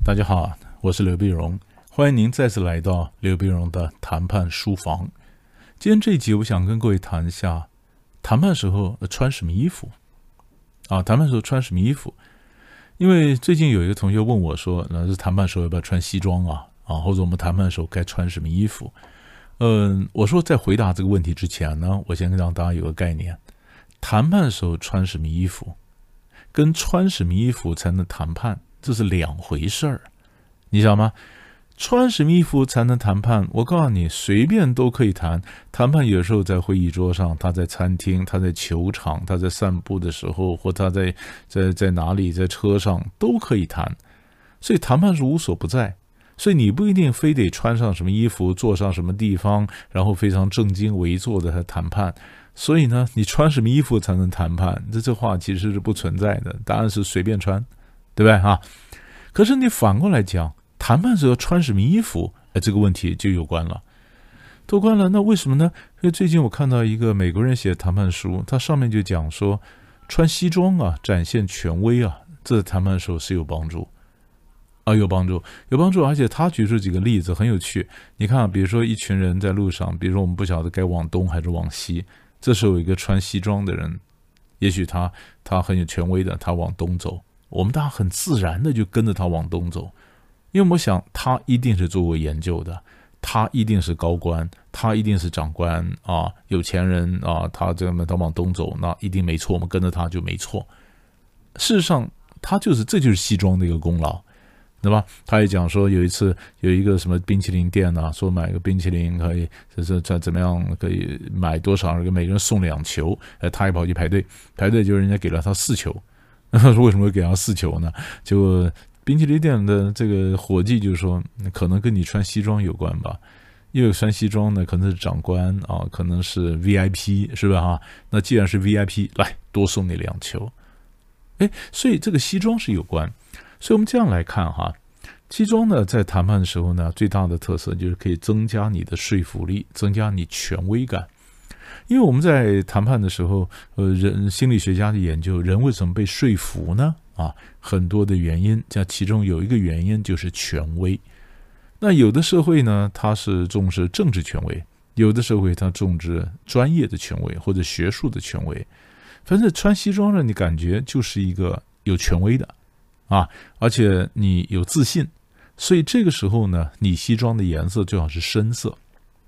大家好，我是刘碧荣，欢迎您再次来到刘碧荣的谈判书房。今天这一集，我想跟各位谈一下谈判时候穿什么衣服谈判时候穿什么衣服？因为最近有一个同学问我说，那是谈判时候要不要穿西装或者我们谈判的时候该穿什么衣服？我说在回答这个问题之前呢，我先让大家有个概念：谈判的时候穿什么衣服，跟穿什么衣服才能谈判，这是两回事儿，你知道吗？穿什么衣服才能谈判？我告诉你，随便都可以谈。谈判有时候在会议桌上，他在餐厅，他在球场，他在散步的时候，或他在哪里，在车上都可以谈。所以谈判是无所不在。所以你不一定非得穿上什么衣服，坐上什么地方，然后非常正襟危坐的谈判。所以呢，你穿什么衣服才能谈判？这话其实是不存在的，答案是随便穿，对不对可是你反过来讲，谈判时候穿什么衣服，这个问题就有关了。那为什么呢？因为最近我看到一个美国人写的谈判书，他上面就讲说，穿西装展现权威这谈判的时候是有帮助。有帮助，而且他举出几个例子很有趣。你看比如说一群人在路上，比如说我们不晓得该往东还是往西，这时候有一个穿西装的人，也许他很有权威的，他往东走，我们大家很自然的就跟着他往东走，因为我想他一定是做过研究的，他一定是高官，他一定是长官有钱人他往东走，那一定没错，我们跟着他就没错。事实上这就是西装的一个功劳，对吧？他也讲说，有一次有一个什么冰淇淋店说买个冰淇淋可以怎么样，可以买多少，每个人送2球，他也跑去排队，就是人家给了他4球。说为什么会给他4球呢？结果冰淇淋店的这个伙计就说，可能跟你穿西装有关吧，因为穿西装呢可能是长官可能是 VIP 是吧那既然是 VIP， 来多送你2球。所以这个西装是有关。所以我们这样来看西装呢在谈判的时候呢，最大的特色就是可以增加你的说服力，增加你权威感。因为我们在谈判的时候，心理学家的研究，人为什么被说服呢？很多的原因，其中有一个原因就是权威。那有的社会呢，它是重视政治权威；有的社会它重视专业的权威或者学术的权威。反正穿西装让你感觉就是一个有权威的而且你有自信，所以这个时候呢，你西装的颜色最好是深色。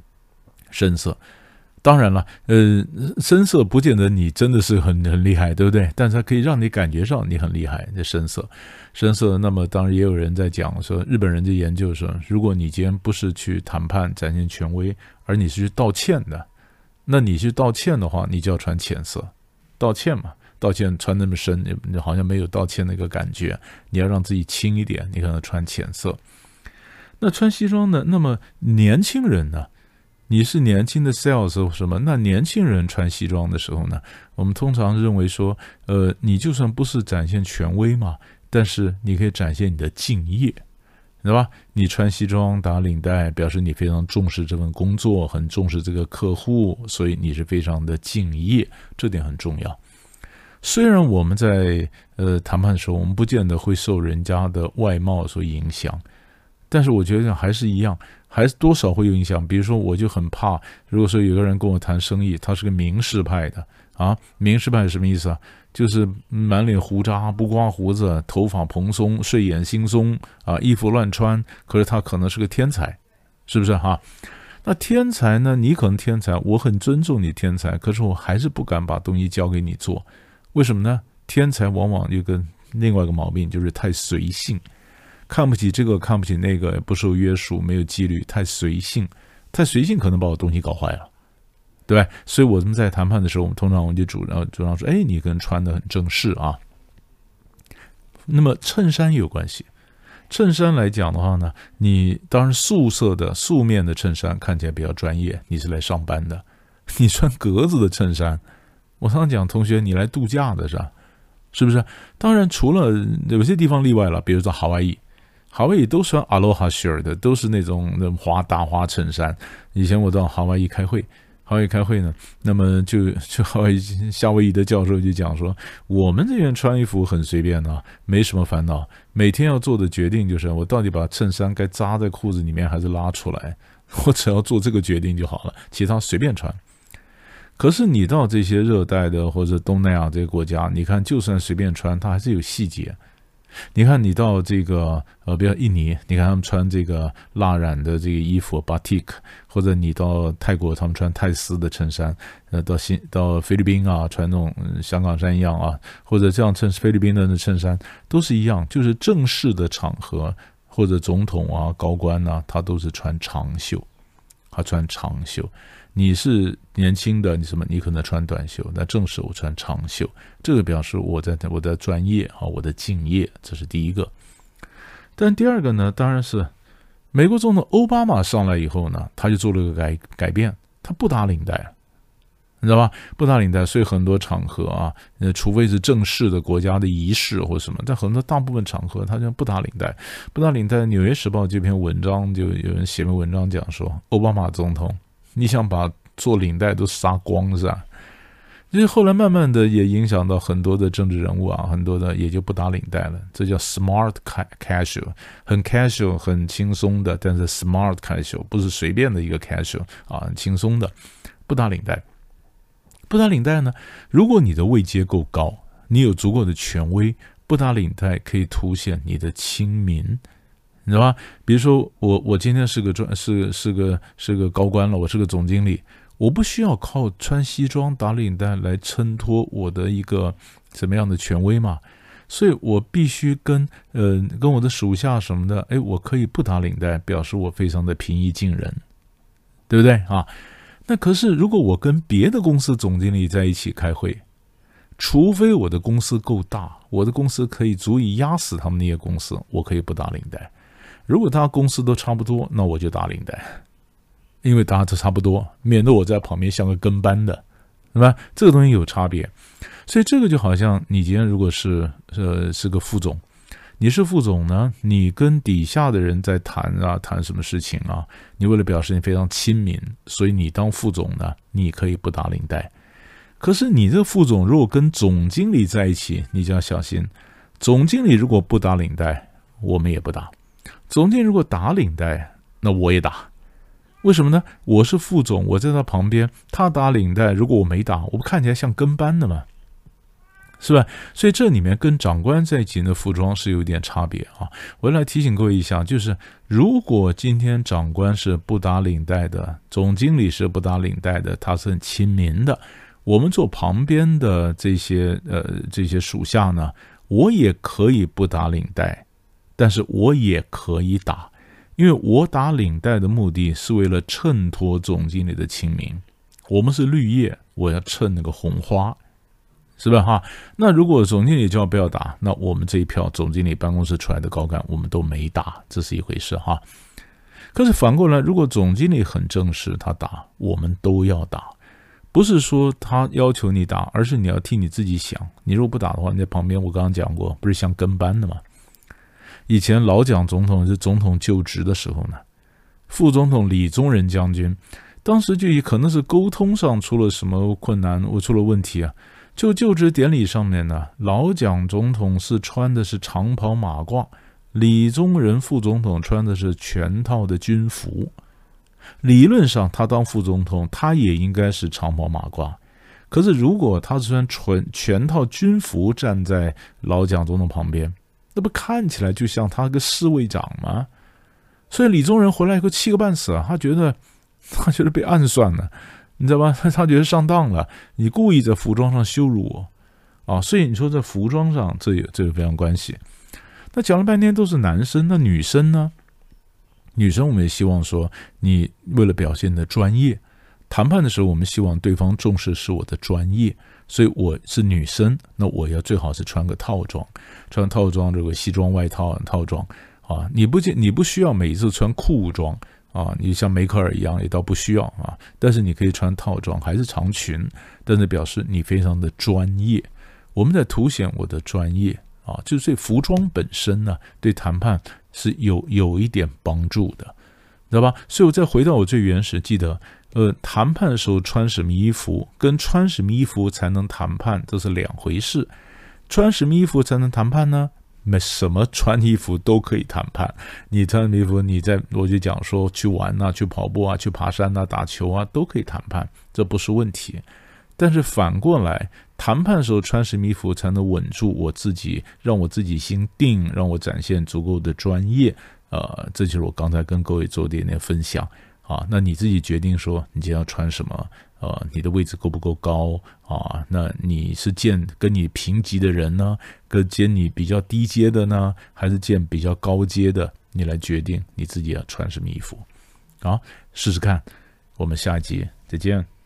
当然了，深色不见得你真的是很厉害，对不对？但是它可以让你感觉上你很厉害。这深色，那么当然也有人在讲说，日本人就研究说，如果你今天不是去谈判展现权威，而你是去道歉的，那你去道歉的话，你就要穿浅色。道歉穿那么深，你好像没有道歉那个感觉。你要让自己轻一点，你可能穿浅色。那穿西装呢？那么年轻人呢？你是年轻的 sales 什么？那年轻人穿西装的时候呢，我们通常认为说，你就算不是展现权威嘛，但是你可以展现你的敬业，对吧？你穿西装打领带，表示你非常重视这份工作，很重视这个客户，所以你是非常的敬业，这点很重要。虽然我们在谈判的时候，我们不见得会受人家的外貌所影响，但是我觉得还是一样，还是多少会有影响。比如说，我就很怕，如果说有个人跟我谈生意，他是个明士派的明士派是什么意思就是满脸胡渣，不刮胡子，头发蓬松，睡眼惺忪衣服乱穿，可是他可能是个天才，是不是那天才呢？你可能天才，我很尊重你天才，可是我还是不敢把东西交给你做。为什么呢？天才往往有个另外一个毛病，就是太随性，看不起这个，看不起那个，不受约束，没有纪律，太随性可能把我东西搞坏了，对吧？所以我们在谈判的时候，我们通常就主张说，你跟穿得很正式那么衬衫也有关系。衬衫来讲的话呢，你当然素面的衬衫看起来比较专业，你是来上班的。你穿格子的衬衫，我常常讲，同学，你来度假的是不是？当然除了有些地方例外了，比如说夏威夷都穿 Aloha shirt 的，都是那种大花衬衫。以前我到夏威夷开会， 华为开会呢，那么就夏威夷的教授就讲说，我们这边穿衣服很随便啊，没什么烦恼，每天要做的决定就是我到底把衬衫该扎在裤子里面还是拉出来，我只要做这个决定就好了，其他随便穿。可是你到这些热带的或者东南亚这些国家，你看就算随便穿，它还是有细节。你看，你到这个比如印尼，你看他们穿这个蜡染的这个衣服 batik， 或者你到泰国，他们穿泰丝的衬衫，到菲律宾啊，穿那种香港衫一样啊，或者这样菲律宾的衬衫都是一样，就是正式的场合或者总统啊、高官啊，他都是穿长袖，他穿长袖。你是年轻的，你可能穿短袖，那正式我穿长袖，这个表示我的专业啊，我的敬业，这是第一个。但第二个呢，当然是美国总统奥巴马上来以后呢，他就做了个改变，他不打领带，你知道吧？不打领带，所以很多场合啊，除非是正式的国家的仪式或什么，但很多大部分场合他就不打领带。不打领带，《纽约时报》这篇文章就有人写篇文章讲说，奥巴马总统。你想把做领带都杀光是吧？就是后来慢慢的也影响到很多的政治人物啊，很多的也就不打领带了，这叫 smart casual， 很 casual 很轻松的，但是 smart casual 不是随便的一个 casual 啊，很轻松的，不打领带。不打领带呢，如果你的位阶够高，你有足够的权威，不打领带可以凸显你的亲民。你知道吧？比如说我今天是个高官了，我是个总经理，我不需要靠穿西装打领带来衬托我的一个怎么样的权威嘛，所以我必须跟我的属下什么的，我可以不打领带，表示我非常的平易近人，对不对啊？那可是如果我跟别的公司总经理在一起开会，除非我的公司够大，我的公司可以足以压死他们那些公司，我可以不打领带。如果大家公司都差不多，那我就打领带，因为大家都差不多，免得我在旁边像个跟班的，对吧？这个东西有差别，所以这个就好像你今天如果是个副总，你是副总呢，你跟底下的人在谈什么事情啊？你为了表示你非常亲民，所以你当副总呢，你可以不打领带。可是你这个副总如果跟总经理在一起，你就要小心，总经理如果不打领带，我们也不打。总经理如果打领带，那我也打。为什么呢？我是副总，我在他旁边，他打领带，如果我没打，我不看起来像跟班的吗？是吧？所以这里面跟长官在一起的服装是有点差别啊。我来提醒各位一下，就是如果今天长官是不打领带的，总经理是不打领带的，他是很亲民的，我们做旁边的这些属下呢，我也可以不打领带。但是我也可以打，因为我打领带的目的是为了衬托总经理的亲民。我们是绿叶，我要衬那个红花，是吧？哈，那如果总经理叫不要打，那我们这一票总经理办公室出来的高干，我们都没打，这是一回事哈。可是反过来，如果总经理很正式，他打，我们都要打。不是说他要求你打，而是你要替你自己想。你如果不打的话，你在旁边我刚刚讲过，不是像跟班的吗？以前老蒋总统是总统就职的时候呢，副总统李宗仁将军当时就可能是沟通上出了什么困难，我出了问题啊，就职典礼上面呢，老蒋总统是穿的是长袍马褂，李宗仁副总统穿的是全套的军服。理论上他当副总统他也应该是长袍马褂，可是如果他是穿全套军服站在老蒋总统旁边，那不看起来就像他个侍卫长吗？所以李宗仁回来以后气个半死啊，他觉得被暗算了，你知道吧？他觉得上当了，你故意在服装上羞辱我啊！所以你说在服装上这有非常关系。那讲了半天都是男生，那女生呢？女生我们也希望说，你为了表现的专业，谈判的时候我们希望对方重视是我的专业。所以我是女生，那我要最好是穿个套装，穿套装这个西装外套套装啊，你不需要每一次穿裤装啊，你像梅克尔一样也倒不需要啊，但是你可以穿套装，还是长裙，但是表示你非常的专业，我们在凸显我的专业啊，就是所以服装本身呢，对谈判是有一点帮助的。知道吧？所以我再回到我最原始，记得谈判的时候穿什么衣服，跟穿什么衣服才能谈判，这是两回事。穿什么衣服才能谈判呢？没什么穿衣服都可以谈判。你穿什么衣服，我就讲说去玩啊，去跑步啊，去爬山啊，打球啊，都可以谈判，这不是问题。但是反过来，谈判的时候穿什么衣服才能稳住我自己，让我自己心定，让我展现足够的专业。这就是我刚才跟各位做的一点分享啊。那你自己决定说你今天要穿什么，你的位置够不够高啊？那你是见跟你平级的人呢，跟见你比较低阶的呢，还是见比较高阶的？你来决定你自己要穿什么衣服。好，试试看。我们下一集再见。